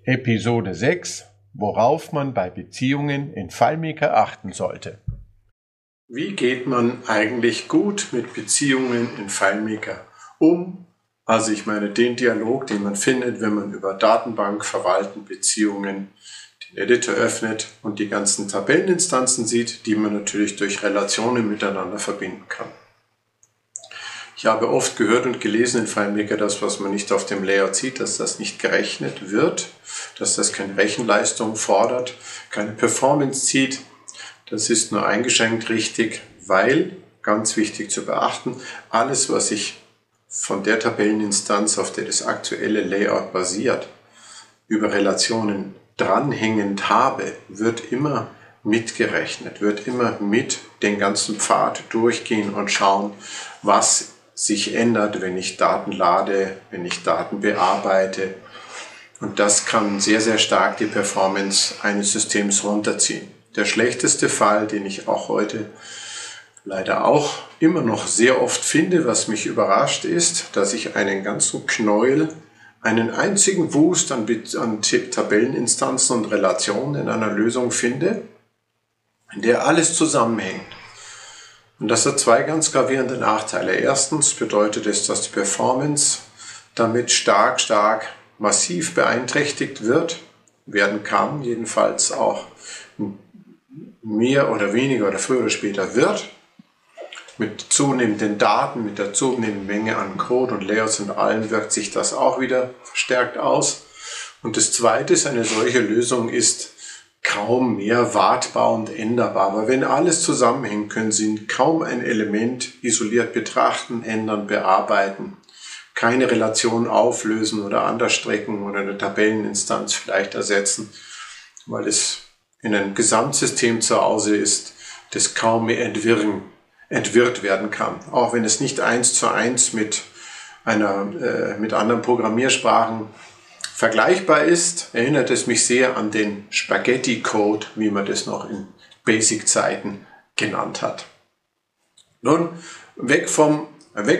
Episode 6: Worauf man bei Beziehungen in FileMaker achten sollte. Wie geht man eigentlich gut mit Beziehungen in FileMaker um? Also ich meine den Dialog, den man findet, wenn man über Datenbank, Verwalten, Beziehungen den Editor öffnet und die ganzen Tabelleninstanzen sieht, die man natürlich durch Relationen miteinander verbinden kann. Ich habe oft gehört und gelesen in FileMaker, dass was man nicht auf dem Layout sieht, dass das nicht gerechnet wird, dass das keine Rechenleistung fordert, keine Performance zieht. Das ist nur eingeschränkt richtig, weil, ganz wichtig zu beachten, alles, was ich von der Tabelleninstanz, auf der das aktuelle Layout basiert, über Relationen dranhängend habe, wird immer mitgerechnet, wird immer mit den ganzen Pfad durchgehen und schauen, was sich ändert, wenn ich Daten lade, wenn ich Daten bearbeite. Und das kann sehr, sehr stark die Performance eines Systems runterziehen. Der schlechteste Fall, den ich auch heute leider auch immer noch sehr oft finde, was mich überrascht, ist, dass ich einen ganzen Knäuel, einen einzigen Wust an Tabelleninstanzen und Relationen in einer Lösung finde, in der alles zusammenhängt. Und das hat zwei ganz gravierende Nachteile. Erstens bedeutet es, dass die Performance damit stark, massiv beeinträchtigt werden kann, jedenfalls auch mehr oder weniger oder früher oder später wird. Mit zunehmenden Daten, mit der zunehmenden Menge an Code und Layouts und allem wirkt sich das auch wieder verstärkt aus. Und das Zweite ist, eine solche Lösung ist kaum mehr wartbar und änderbar. Aber wenn alles zusammenhängt, können Sie kaum ein Element isoliert betrachten, ändern, bearbeiten, keine Relation auflösen oder anders strecken oder eine Tabelleninstanz vielleicht ersetzen, weil es in einem Gesamtsystem zu Hause ist, das kaum mehr entwirrt werden kann. Auch wenn es nicht 1:1 mit anderen Programmiersprachen vergleichbar ist, erinnert es mich sehr an den Spaghetti-Code, wie man das noch in Basic-Zeiten genannt hat. Nun, weg vom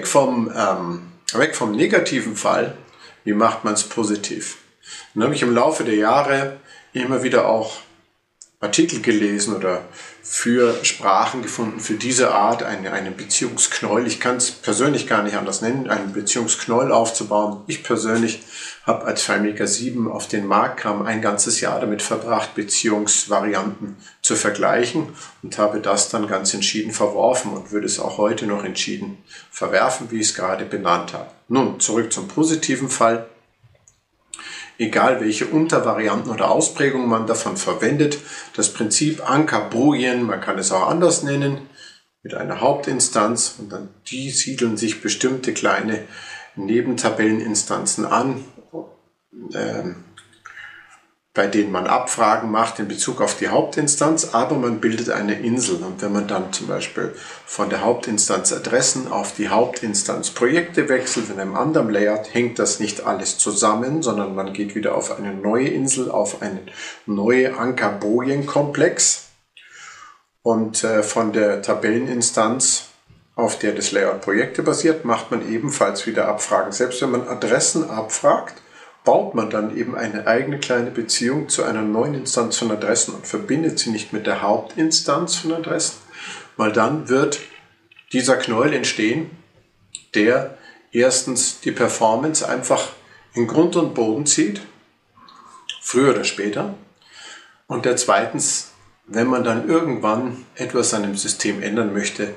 negativen Fall, wie macht man es positiv? Dann habe ich im Laufe der Jahre immer wieder auch Artikel gelesen oder für Sprachen gefunden, für diese Art einen Beziehungsknäuel. Ich kann es persönlich gar nicht anders nennen, einen Beziehungsknäuel aufzubauen. Ich persönlich habe, als FileMaker 7 auf den Markt kam, ein ganzes Jahr damit verbracht, Beziehungsvarianten zu vergleichen und habe das dann ganz entschieden verworfen und würde es auch heute noch entschieden verwerfen, wie ich es gerade benannt habe. Nun, zurück zum positiven Fall. Egal welche Untervarianten oder Ausprägungen man davon verwendet, das Prinzip Anker-Boolean, man kann es auch anders nennen, mit einer Hauptinstanz und dann die siedeln sich bestimmte kleine Nebentabelleninstanzen an, bei denen man Abfragen macht in Bezug auf die Hauptinstanz, aber man bildet eine Insel. Und wenn man dann zum Beispiel von der Hauptinstanz Adressen auf die Hauptinstanz Projekte wechselt, in einem anderen Layout, hängt das nicht alles zusammen, sondern man geht wieder auf eine neue Insel, auf einen neuen Anker-Boolean-Komplex. Und von der Tabelleninstanz, auf der das Layout Projekte basiert, macht man ebenfalls wieder Abfragen. Selbst wenn man Adressen abfragt, baut man dann eben eine eigene kleine Beziehung zu einer neuen Instanz von Adressen und verbindet sie nicht mit der Hauptinstanz von Adressen, weil dann wird dieser Knäuel entstehen, der erstens die Performance einfach in Grund und Boden zieht, früher oder später, und der zweitens, wenn man dann irgendwann etwas an dem System ändern möchte,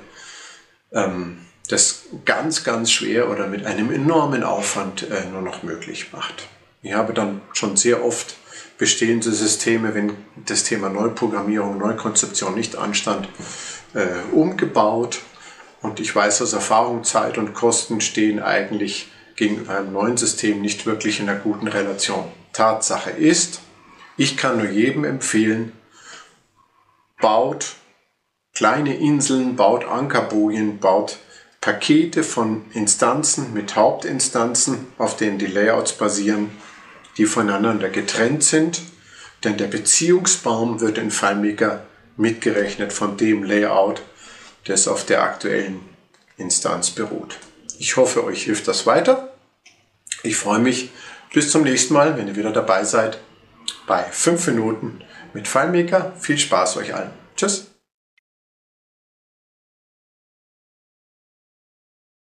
das ganz schwer oder mit einem enormen Aufwand nur noch möglich macht. Ich habe dann schon sehr oft bestehende Systeme, wenn das Thema Neuprogrammierung, Neukonzeption nicht anstand, umgebaut. Und ich weiß aus Erfahrung, Zeit und Kosten stehen eigentlich gegenüber einem neuen System nicht wirklich in einer guten Relation. Tatsache ist, ich kann nur jedem empfehlen, baut kleine Inseln, baut Anker-Boolean, baut Pakete von Instanzen mit Hauptinstanzen, auf denen die Layouts basieren, die voneinander getrennt sind, denn der Beziehungsbaum wird in FileMaker mitgerechnet von dem Layout, das auf der aktuellen Instanz beruht. Ich hoffe, euch hilft das weiter. Ich freue mich bis zum nächsten Mal, wenn ihr wieder dabei seid. bei 5 Minuten mit FileMaker. Viel Spaß euch allen. Tschüss.